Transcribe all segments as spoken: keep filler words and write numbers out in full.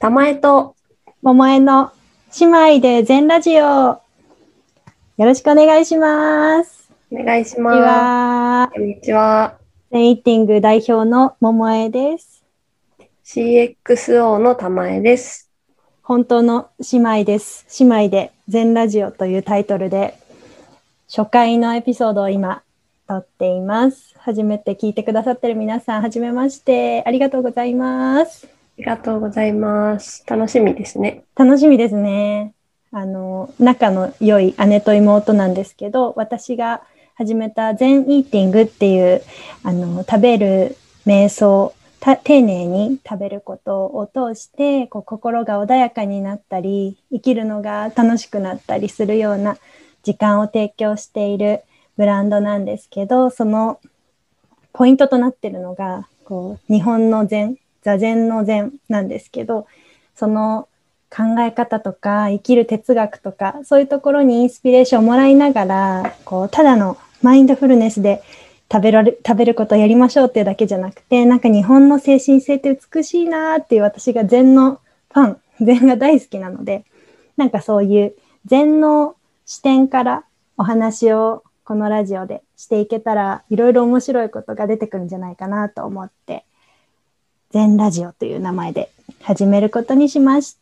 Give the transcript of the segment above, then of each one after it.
玉江と桃江の姉妹で全ラジオ、よろしくお願いします。 お願いしこんにちます。 は。 こんにちは。 全イーティング代表の桃江です。 シーエックスオー の玉江です。 本当の姉妹です。姉妹で全ラジオというタイトルで初回のエピソードを今撮っています。初めて聞いてくださってる皆さん、はじめまして。ありがとうございます。 ありがとうございます。楽しみですね。 楽しみですね。あの、仲の良い姉と妹なんですけど、私が始めた全イーティングっていう、あの、食べる瞑想、た丁寧に食べることを通して、こう心が穏やかになったり、生きるのが楽しくなったりするような時間を提供しているブランドなんですけど、そのポイントとなっているのが、こう日本の禅、座禅の禅なんですけど、その考え方とか生きる哲学とかそういうところにインスピレーションをもらいながら、こうただのマインドフルネスで食べられ食べることをやりましょうっていうだけじゃなくて、なんか日本の精神性って美しいなっていう、私が禅のファン、禅が大好きなので、なんかそういう禅の視点からお話をこのラジオでしていけたら、いろいろ面白いことが出てくるんじゃないかなと思って、禅ラジオという名前で始めることにしました。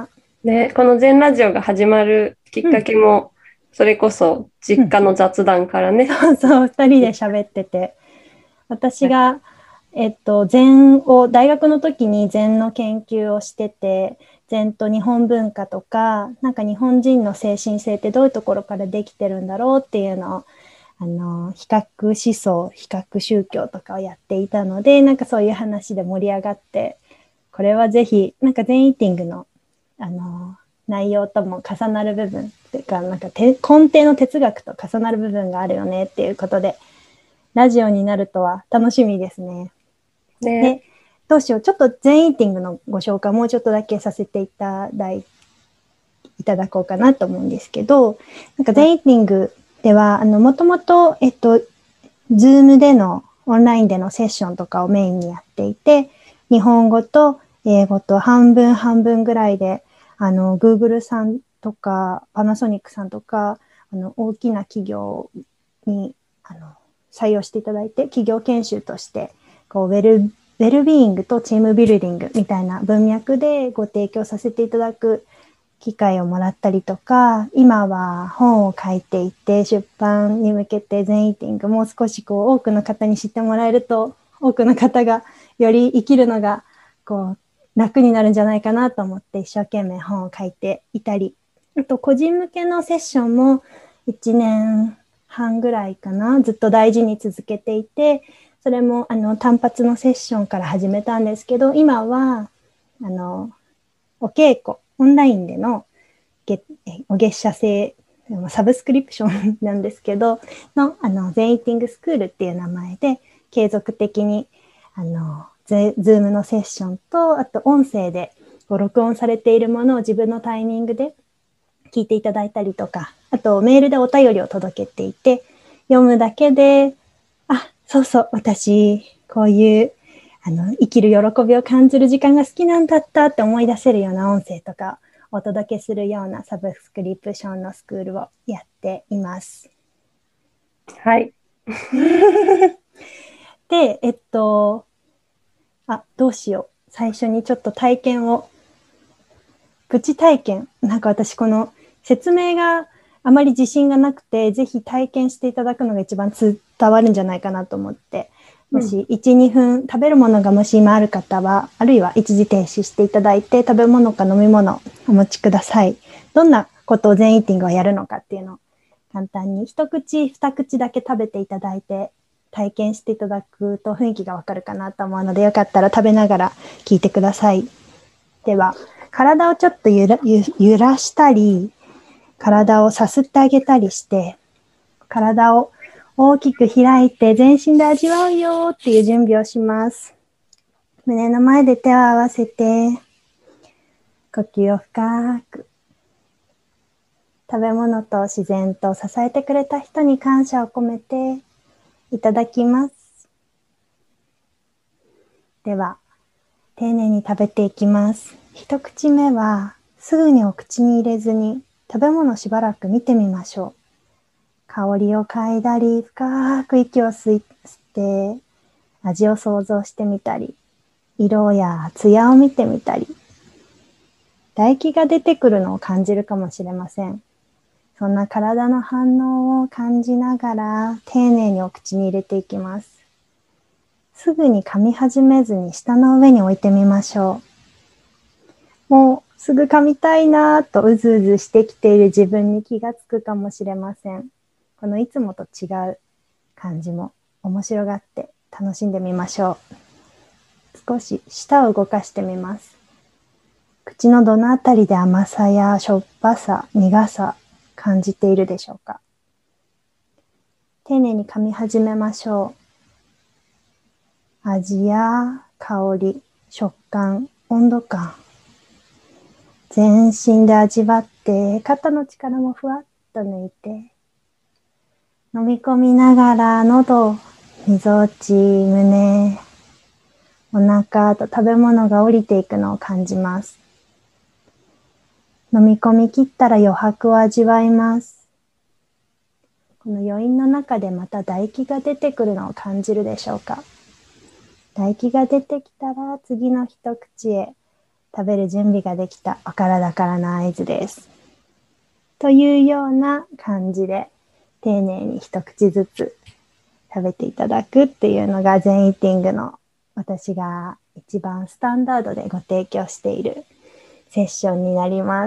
ね、この全ラジオが始まるきっかうん、 けも、それこそ実うん。 家の雑談からね。 そうそう、二人で喋ってて。私が、えっと、禅を、大学の時に禅の研究をしてて、禅と日本文化とか、なんか日本人の精神性ってどういうところからできてるんだろうっていうのを、あの、比較思想、比較宗教とかをやっていたので、なんかそういう話で盛り上がって、これはぜひ、なんか全イーティングの、あの、内容とも重なる部分っていうか、なんか根底の哲学と重なる部分があるよねっていうことで、ラジオになるとは楽しみですね。 ね、 で、どうしよう。ちょっと全イーティングのご紹介もうちょっとだけさせていただいいただこうかなと思うんですけど、なんかはい、 全イーティングでは、あの、もともと、えっと、ズームでのオンラインでのセッションとかをメインにやっていて、日本語と英語と半分半分ぐらいで、あの、Google さんとか、パナソニックさんとか、あの、大きな企業に、あの、採用していただいて、企業研修として、こう、ウェル、ウェルビーイングとチームビルディングみたいな文脈でご提供させていただく機会をもらったりとか、今は本を書いていて、出版に向けて全イーティング、もう少しこう多くの方に知ってもらえると、多くの方がより生きるのがこう楽になるんじゃないかなと思って一生懸命本を書いていたり、あと個人向けのセッションもいちねんはんぐらいかな、ずっと大事に続けていて、それもあの単発のセッションから始めたんですけど、今はあのお稽古、オンラインでのお月謝制、サブスクリプションなんですけど、の、あの、全イーティングスクールっていう名前で、継続的に、あの、ズームのセッションと、あと音声でご録音されているものを自分のタイミングで聞いていただいたりとか、あとメールでお便りを届けていて、読むだけで、あ、そうそう、私、こういう、あの、生きる喜びを感じる時間が好きなんだったって思い出せるような音声とかお届けするようなサブスクリプションのスクールをやっています。 はい。 で、えっと、あ、どうしよう。最初にちょっと体験を、プチ体験。なんか私この説明があまり自信がなくて、ぜひ体験していただくのが一番伝わるんじゃないかなと思って、 うん、 もしいち、にふん食べるものがもし今ある方は、あるいは一時停止していただいて、食べ物か飲み物お持ちください。どんなことを全イーティングをやるのかっていうのを簡単に一口二口だけ食べていただいて、体験していただくと雰囲気がわかるかなと思うので、よかったら食べながら聞いてください。では、体をちょっと揺ら揺らしたり、体をさすってあげたりして、体を大きく開いて全身で味わうよっていう準備をします。胸の前で手を合わせて、呼吸を深く。食べ物と自然と支えてくれた人に感謝を込めていただきます。では、丁寧に食べていきます。 一口目はすぐにお口に入れずに食べ物をしばらく見てみましょう。香りを嗅いだり、深く息を吸って味を想像してみたり、色や艶を見てみたり、唾液が出てくるのを感じるかもしれません。そんな体の反応を感じながら丁寧にお口に入れていきます。すぐに噛み始めずに舌の上に置いてみましょう。もうすぐ噛みたいなぁとうずうずしてきている自分に気がつくかもしれません。このいつもと違う感じも面白がって楽しんでみましょう。少し舌を動かしてみます。口のどのあたりで甘さやしょっぱさ、苦さ感じているでしょうか。丁寧に噛み始めましょう。味や香り、食感、温度感、全身で味わって肩の力もふわっと抜いて、飲み込みながら喉、みぞおち、胸、お腹と食べ物が降りていくのを感じます。飲み込み切ったら余白を味わいます。この余韻の中でまた唾液が出てくるのを感じるでしょうか。唾液が出てきたら次の一口へ食べる準備ができたお体からの合図です。というような感じで丁寧に一口ずつ食べていただくっていうのがゼンイーティングの私が一番スタンダードでご提供しているセッションになります。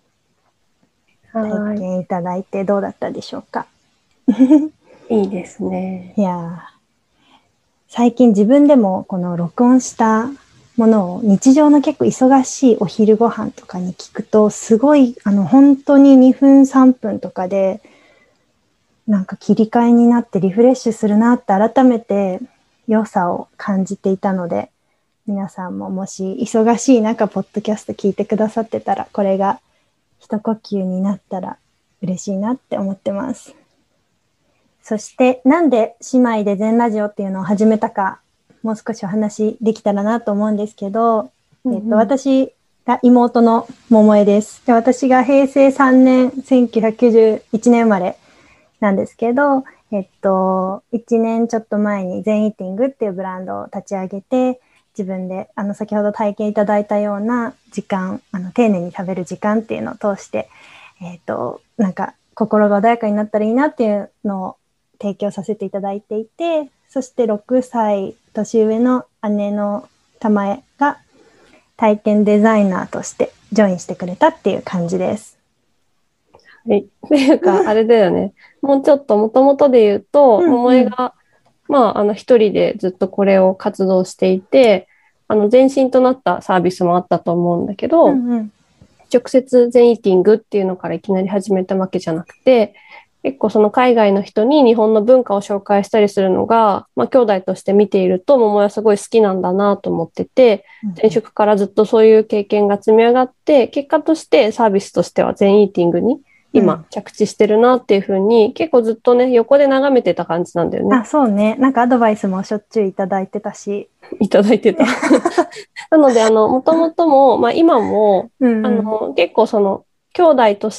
体験いただいてどうだったでしょうか。 いいですね。 いや最近自分でもこの録音したものを日常の結構忙しいお昼ご飯とかに聞くとすごいあの本当ににふんさんぷんとかでなんか切り替えになってリフレッシュするなって改めて良さを感じていたので、皆さんももし忙しい中ポッドキャスト聞いてくださってたらこれが一呼吸になったら嬉しいなって思ってます。そしてなんで姉妹で全ラジオっていうのを始めたかもう少しお話できたらなと思うんですけど、うんうん、えっと、私が妹の桃江です。で、私がへいせいさんねんせんきゅうひゃくきゅうじゅういちねん生まれなんですけど、えっと、いちねんちょっと前にゼンイーティングっていうブランドを立ち上げて、自分であの先ほど体験いただいたような時間、あの丁寧に食べる時間っていうのを通して、えっと、なんか心が穏やかになったらいいなっていうのを提供させていただいていて、そしてろくさい年上の姉の玉江が体験デザイナーとしてジョインしてくれたっていう感じです。 はい。っていうか、あれだよね。もうちょっともともとで言うと、 うんうん、 桃江が、まあ、あの、一人でずっとこれを活動していて、あの、前身となったサービスもあったと思うんだけど、 うんうん、 直接ゼンイーティングっていうのからいきなり始めたわけじゃなくて、結構その海外の人に日本の文化を紹介したりするのが、まあ、兄弟として見ていると桃はすごい好きなんだなと思ってて、前職からずっとそういう経験が積み上がって、結果としてサービスとしてはゼンイーティングに今着地してるなっていうふうに、うん、結構ずっとね、横で眺めてた感じなんだよね。 あ、そうね。なんかアドバイスもしょっちゅういただいてたし。 いただいてた。なので、あの、もともとも、まあ今も、うんうん、あの、結構その、兄弟として、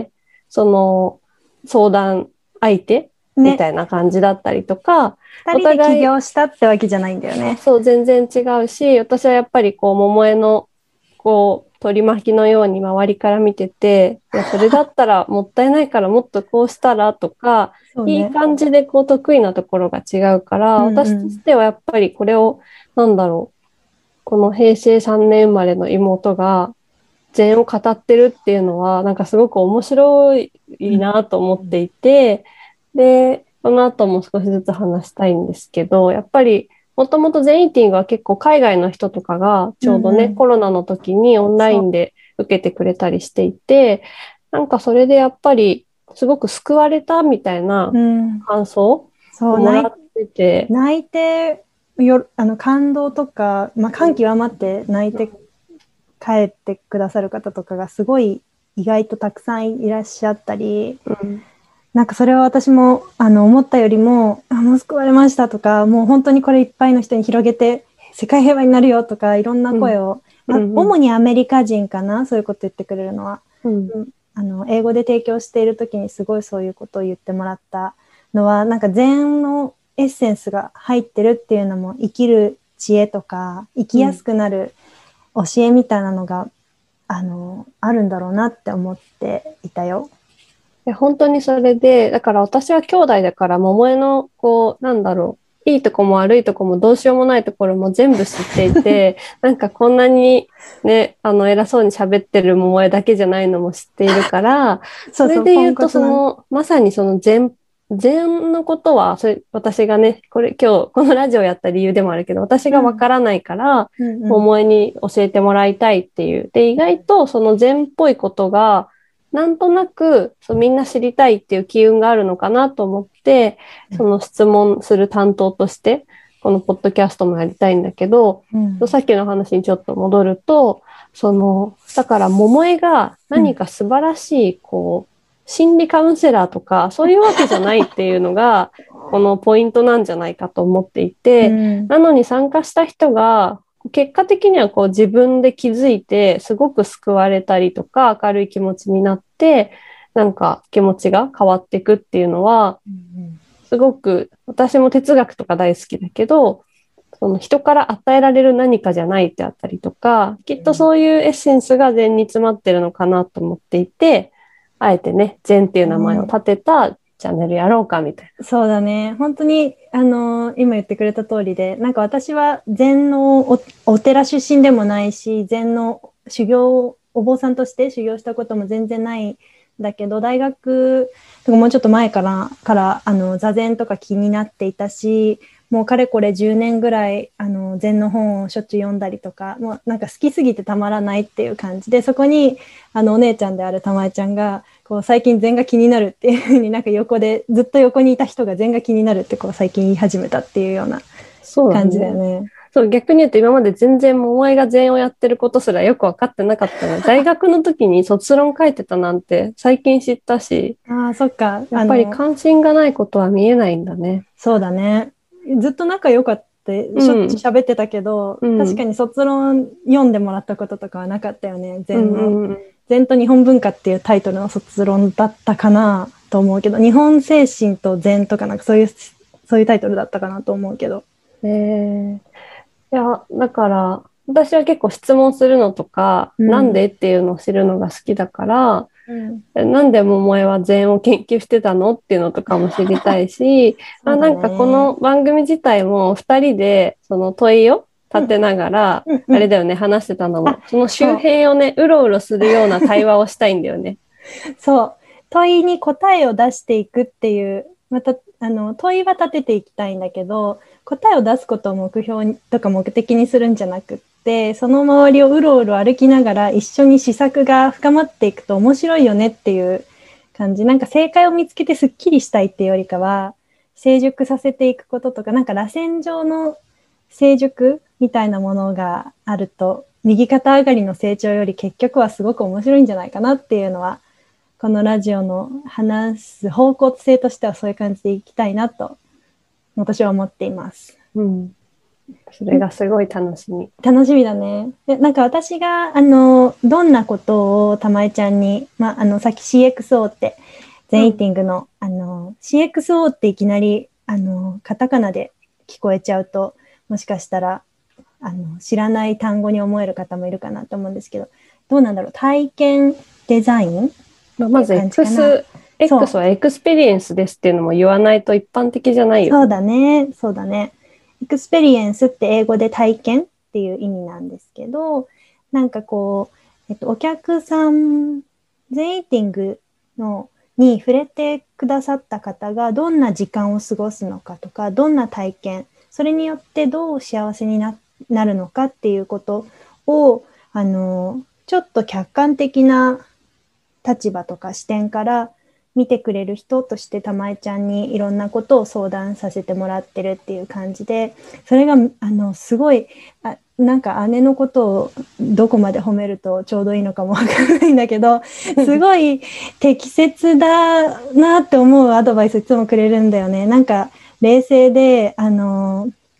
その、相談相手みたいな感じだったりとか、 ね、お互い二人で起業したってわけじゃないんだよね。 そう、全然違うし、私はやっぱりこう、桃江の、こう、取り巻きのように周りから見てて、いや、それだったらもったいないからもっとこうしたらとか、ね、いい感じでこう得意なところが違うから、うんうん、私としてはやっぱりこれを、なんだろう、このへいせいさんねん生まれの妹が禅を語ってるっていうのは、なんかすごく面白いなと思っていて、うん、で、この後も少しずつ話したいんですけど、やっぱりもともとゼンイーティングは結構海外の人とかがちょうどね、うんうん、コロナの時にオンラインで受けてくれたりしていて、なんかそれでやっぱりすごく救われたみたいな感想をもらってて。 うん、泣いてよあの感動とか、まあ、感極まって泣いて帰ってくださる方とかがすごい意外とたくさんいらっしゃったり、うん、なんかそれは私もあの思ったよりもあもう救われましたとか、もう本当にこれいっぱいの人に広げて世界平和になるよとかいろんな声を、 うんうんうん、 主にアメリカ人かな、そういうこと言ってくれるのは、 うんうん、あの英語で提供している時にすごいそういうことを言ってもらったのは、なんか禅のエッセンスが入ってるっていうのも、生きる知恵とか生きやすくなる教えみたいなのが、うん、あのあるんだろうなって思っていたよ。 いや本当にそれで、だから私は兄弟だから、桃江の、こう、なんだろう、いいとこも悪いとこもどうしようもないところも全部知っていて、なんかこんなにね、あの、偉そうに喋ってる桃江だけじゃないのも知っているから、それで言うと、その、まさにその全、禅のことは、それ、私がね、これ今日、このラジオやった理由でもあるけど、私がわからないから、 うんうんうん、 桃江に教えてもらいたいっていう。で、意外とその禅っぽいことが、なんとなくそうみんな知りたいっていう機運があるのかなと思って、その質問する担当として、このポッドキャストもやりたいんだけど、うん、さっきの話にちょっと戻ると、その、だから桃江が何か素晴らしい、こう、心理カウンセラーとか、そういうわけじゃないっていうのが、このポイントなんじゃないかと思っていて、うん、なのに参加した人が、結果的にはこう自分で気づいてすごく救われたりとか明るい気持ちになってなんか気持ちが変わっていくっていうのはすごく私も哲学とか大好きだけどその人から与えられる何かじゃないってあったりとかきっとそういうエッセンスが禅に詰まってるのかなと思っていてあえてね禅っていう名前を立てたチャンネルやろうかみたいな。 そうだね。本当に、あのー、今言ってくれた通りで、なんか私は禅の お, お寺出身でもないし、禅の修行、お坊さんとして修行したことも全然ないんだけど、大学とかもうちょっと前から、からあの座禅とか気になっていたし、もうかれこれじゅうねんぐらい、あの、禅の本をしょっちゅう読んだりとか、もうなんか好きすぎてたまらないっていう感じで、そこに、あの、お姉ちゃんである玉江ちゃんが、こう最近禅が気になるっていうふうになんか横でずっと横にいた人が禅が気になるってこう最近言い始めたっていうような感じだよね。 そうそう、逆に言うと今まで全然桃江が禅をやってることすらよく分かってなかったの。大学の時に卒論書いてたなんて最近知ったし。 ああ、そっか。 やっぱり関心がないことは見えないんだね。 そうだね。ずっと仲良かった。しょっちゅう喋ってたけど、うん、確かに卒論読んでもらったこととかはなかったよね。禅の。うんうん禅と日本文化っていうタイトルの卒論だったかなと思うけど、日本精神と禅とかなんかそういう、そういうタイトルだったかなと思うけど。 へえ。いや、だから、私は結構質問するのとか、うん、なんでっていうのを知るのが好きだから、うん、なんで桃江は禅を研究してたのっていうのとかも知りたいし、あ、なんかこの番組自体も二人でその問いを立てながら、うんうんうん、あれだよね、話してたのも、その周辺をね、うろうろするような対話をしたいんだよね。 そう。問いに答えを出していくっていう、また、あの、問いは立てていきたいんだけど、答えを出すことを目標とか目的にするんじゃなくって、その周りをうろうろ歩きながら一緒に思索が深まっていくと面白いよねっていう感じ。なんか正解を見つけてスッキリしたいっていうよりかは、成熟させていくこととか、なんか螺旋状の成熟みたいなものがあると、右肩上がりの成長より結局はすごく面白いんじゃないかなっていうのは、このラジオの話す方向性としてはそういう感じでいきたいなと、私は思っています。 うん。それがすごい楽しみ。 楽しみだね。で、なんか私が、あの、どんなことを玉江ちゃんに、まあ、あの、さっき シーエックスオー って、全イーティングの、うん、あの、シーエックスオー っていきなり、あの、カタカナで聞こえちゃうと、もしかしたら、あの、知らない単語に思える方もいるかなと思うんですけど、どうなんだろう、体験デザイン、 まあ、まず X、X はエクスペリエンスですっていうのも言わないと一般的じゃないよ。 そうだね、そうだね。エクスペリエンスって英語で体験っていう意味なんですけど、なんかこう、えっと、お客さん、全イーティングのに触れてくださった方がどんな時間を過ごすのかとか、どんな体験、それによってどう幸せに な, なるのかっていうことを、あの、ちょっと客観的な立場とか視点から見てくれる人として玉江ちゃんにいろんなことを相談させてもらってるっていう感じで、それがあのすごいあなんか姉のことをどこまで褒めるとちょうどいいのかもわからないんだけど、すごい適切だなって思うアドバイスいつもくれるんだよね。なんか冷静であの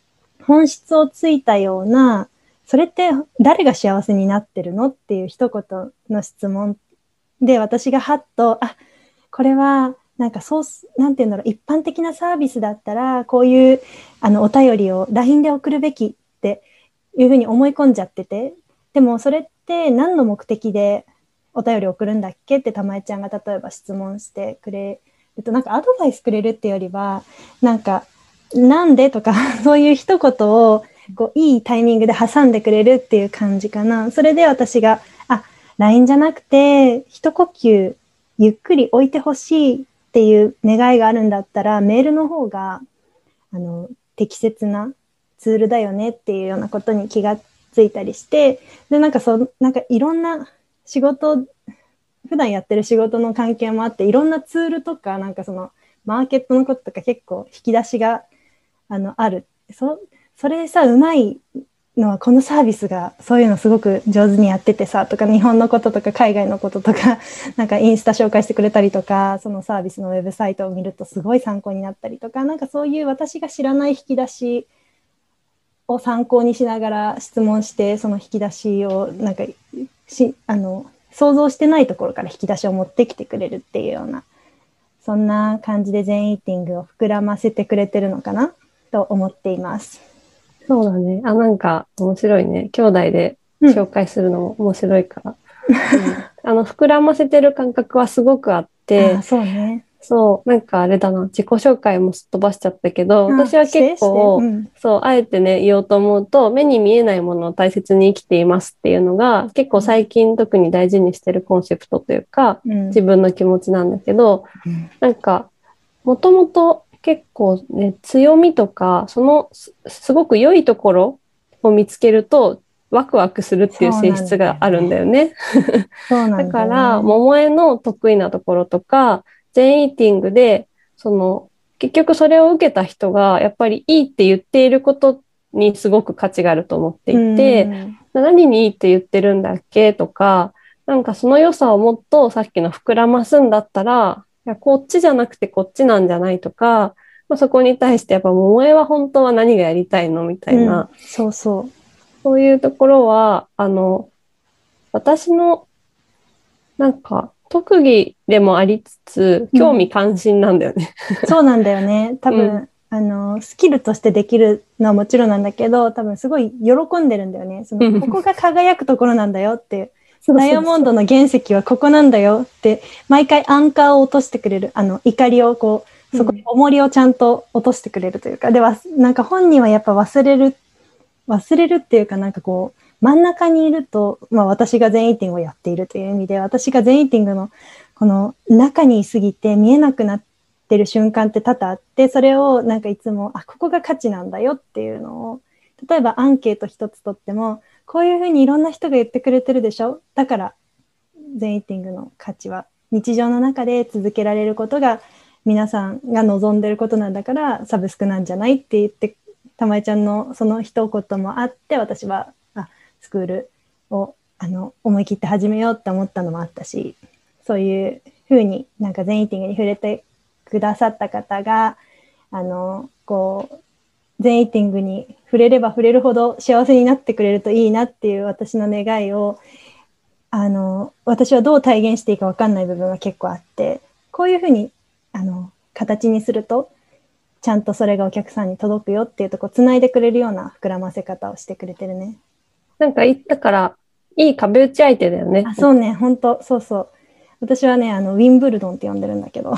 本質をついたような、それって誰が幸せになってるのっていう一言の質問で、私がハッと、あ、これはなんかそう、なんていうんだろう、一般的なサービスだったら、こういうあのお便りを ライン で送るべきっていうふうに思い込んじゃってて、でもそれって何の目的でお便りを送るんだっけって玉江ちゃんが例えば質問してくれると、なんかアドバイスくれるっていうよりは、なんか、なんでとか、そういう一言をこういいタイミングで挟んでくれるっていう感じかな。それで私が、あ、ライン じゃなくて、一呼吸ゆっくり置いてほしいっていう願いがあるんだったら、メールの方が、あの、適切なツールだよねっていうようなことに気がついたりして、で、なんかそう、なんかいろんな仕事、普段やってる仕事の関係もあって、いろんなツールとか、なんかその、マーケットのこととか結構引き出しが、あの、ある。そ、それさ、うまいのはこのサービスがそういうのすごく上手にやっててさとか、日本のこととか海外のこととか、なんかインスタ紹介してくれたりとか、そのサービスのウェブサイトを見るとすごい参考になったりとか、なんかそういう私が知らない引き出しを参考にしながら質問して、その引き出しをなんかしあの想像してないところから引き出しを持ってきてくれるっていうような、そんな感じで全イーティングを膨らませてくれてるのかなと思っています。 そうだね。あ、なんか面白いね。兄弟で紹介するのも面白いから。うんうん、あの、膨らませてる感覚はすごくあって、 あ、そうね。 そう、なんかあれだな、自己紹介もすっ飛ばしちゃったけど、私は結構、うん、そう、あえてね、言おうと思うと、目に見えないものを大切に生きていますっていうのが、結構最近特に大事にしてるコンセプトというか、うん、自分の気持ちなんだけど、うん、なんか、もともと結構ね、強みとか、そのす、すごく良いところを見つけると、ワクワクするっていう性質があるんだよね。 そうなんだよね。 だから、桃江の得意なところとか、全イーティングで、その、結局それを受けた人が、やっぱりいいって言っていることにすごく価値があると思っていて、何にいいって言ってるんだっけとか、なんかその良さをもっとさっきの膨らますんだったら、いやこっちじゃなくてこっちなんじゃないとか、まあ、そこに対してやっぱ桃江は本当は何がやりたいのみたいな、うん、 そうそう。 そういうところは、あの、私のなんか、特技でもありつつ、興味関心なんだよね。 うん、そうなんだよね。多分、うん、あの、スキルとしてできるのはもちろんなんだけど、多分すごい喜んでるんだよね。その、ここが輝くところなんだよっていう。ダイヤモンドの原石はここなんだよって、毎回アンカーを落としてくれる。あの、怒りをこう、そこに重りをちゃんと落としてくれるというか、うん、では、なんか本人はやっぱ忘れる、忘れるっていうかなんかこう、真ん中にいると、まあ私が全イーティングをやっているという意味で、私が全イーティングのこの中にいすぎて見えなくなってる瞬間って多々あって、それをなんかいつも、あ、ここが価値なんだよっていうのを、例えばアンケート一つとっても、こういうふうにいろんな人が言ってくれてるでしょ？だから全イーティングの価値は日常の中で続けられることが皆さんが望んでることなんだからサブスクなんじゃないって言って、玉江ちゃんのその一言もあって、私はスクールをあの思い切って始めようって思ったのもあったし、そういうふうになんか全イーティングに触れてくださった方が、あの、こう、全イーティングに触れれば触れるほど幸せになってくれるといいなっていう私の願いを、あの、私はどう体現していいか分かんない部分が結構あって、こういうふうに、あの、形にすると、ちゃんとそれがお客さんに届くよっていうとこ、つないでくれるような膨らませ方をしてくれてるね。 なんか言ったから、いい壁打ち相手だよね。 あ、そうね、本当そうそう。私はね、あの、ウィンブルドンって呼んでるんだけど。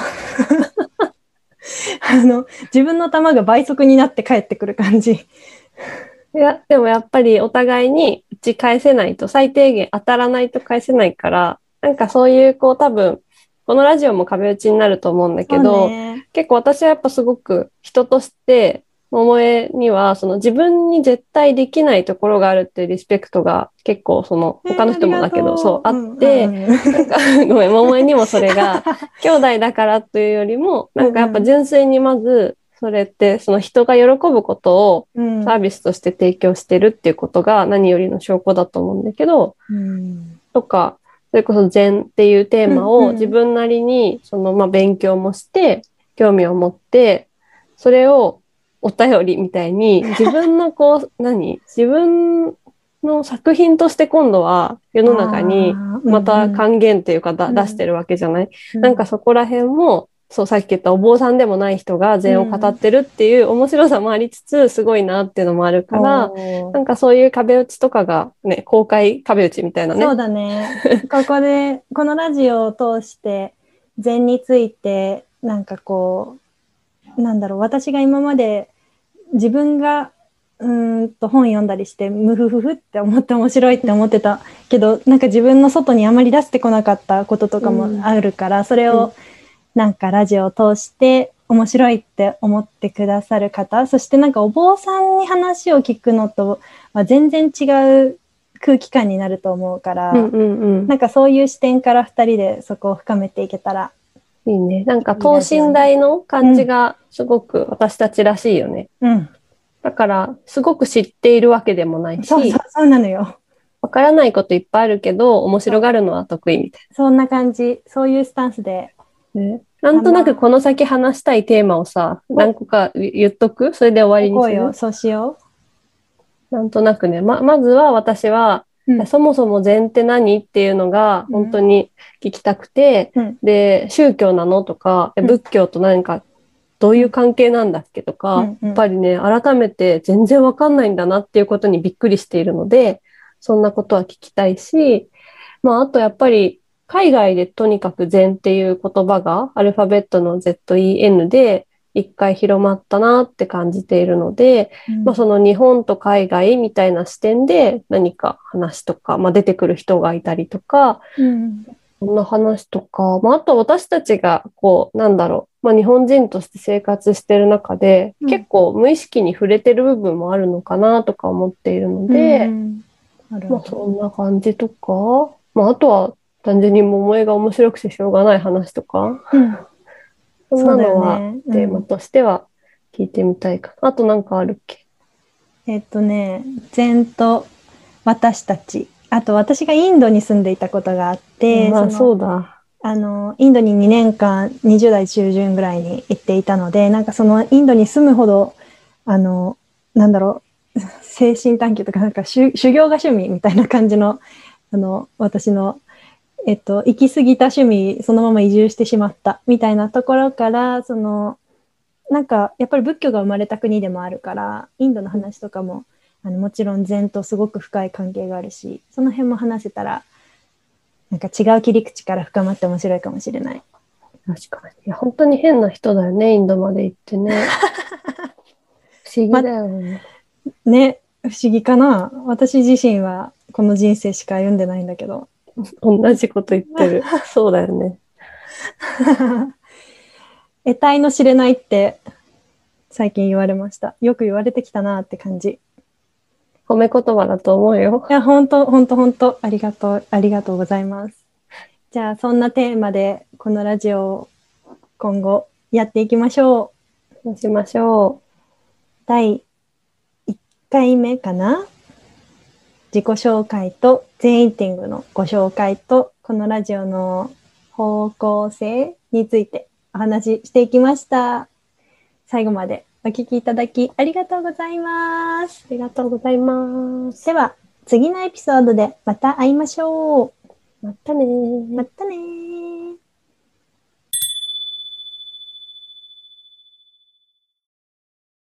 あの、自分の球が倍速になって帰ってくる感じ。 いや、でもやっぱりお互いに打ち返せないと、最低限当たらないと返せないから、なんかそういう、こう多分、このラジオも壁打ちになると思うんだけど、結構私はやっぱすごく人として、桃江にはその自分に絶対できないところがあるっていうリスペクトが結構その他の人もだけど、そうあって、なんかごめん、桃江にもそれが兄弟だからというよりも、なんかやっぱ純粋にまずそれってその人が喜ぶことをサービスとして提供してるっていうことが何よりの証拠だと思うんだけど、とか、それこそ禅っていうテーマを自分なりにそのまあ勉強もして興味を持って、それをお便りみたいに、自分のこう、何自分の作品として今度は世の中にああ、 またうん還元っていうかだ、 うん。 出してるわけじゃない、 うん。 なんかそこら辺も、そう、さっき言ったお坊さんでもない人がう禅を語っん。 てるっていう面白さもありつつ、すごいなっていうのもあるから、 おー。 なんかそういう壁打ちとかがね、公開壁打ちみたいなね。 そうだね。ここで、このラジオを通して、禅について、なんかこう、なんだろう、私が今まで自分がうーんと本読んだりして、ムフフフって思って面白いって思ってたけど、なんか自分の外にあまり出してこなかったこととかもあるから、それをなんかラジオを通して面白いって思ってくださる方、そしてなんかお坊さんに話を聞くのとは全然違う空気感になると思うから、 うんうんうん、 なんかそういう視点からふたりでそこを深めていけたらいいね。なんかいい等身ラジオに。 大の感じがすごく私たちらしいよね。 うん。 だから、すごく知っているわけでもないそうそうし、 そうなのよ。 わからないこといっぱいあるけど、面白がるのは得意みたいそんな感じ、そういうスタンスで。 な。ね、なんとなくこの先話したいテーマをさ、何個か言っとく？それで終わりにする？ こうよ、そうしよなんとなくね、ま、まずは私は、 う。うん。 そもそも禅って何っていうのがうん本当に聞きたくて、 うん。 で、宗教なのとか、 うん仏教と何かどういう関係なんだっけとか、 うんうんやっぱりね、改めて全然わかんないんだなっていうことにびっくりしているので、そんなことは聞きたいし、まあ、あとやっぱり海外でとにかく禅っていう言葉がアルファベットの ゼットイーエヌ で一回広まったなって感じているので、 うんまあ、その日本と海外みたいな視点で何か話とか、まあ、出てくる人がいたりとか、 うんこんな話とか、まあ、あと私たちが、こう、なんだろう、まあ、日本人として生活してる中で、 うん結構無意識に触れてる部分もあるのかなとか思っているのうで、 ん。なるまあ、 ほど。 そんな感じとか、まあ、あとは単純に桃江が面白くてしょうがない話とか、 うん。 そんそうだよなのはね。うテーマん。 としては聞いてみたいかな。あとなんかあるっけ？ えっとね、禅と私たち。あと私がインドに住んでいたことがあって、 まあ、 その、 そうだ。 あの、インドににねんかん、にじゅう代中旬ぐらいに行っていたので、なんかそのインドに住むほど、あの、なんだろう、精神探求とか、なんか修修行が趣味みたいな感じの、あの、私の、えっと、行き過ぎた趣味、そのまま移住してしまったみたいなところから、その、なんか、やっぱり仏教が生まれた国でもあるから、インドの話とかも、あのもちろん禅とすごく深い関係があるし、その辺も話せたら、なんか違う切り口から深まって面白いかもしれない。 確かに。いや、本当に変な人だよね、インドまで行ってね。不思議だよね。 ま、ね、不思議かな。私自身はこの人生しか歩んでないんだけど。 同じこと言ってる。そうだよね。 得体の知れないって最近言われました。よく言われてきたなって感じ。 褒め言葉だと思うよ。 いや、本当本当本当ありがとう、ありがとうございます。じゃあ、そんなテーマでこのラジオを今後やっていきましょう。 そうしましょだいいっかいめかな。自己紹介と全イーティングのご紹介と、このラジオの方向性についてお話ししていきました。最後までお聞きいただきありがとうございます。 う。ありがとうございます。 では、次のエピソードでまた会いましょう。 またねー。 またねー。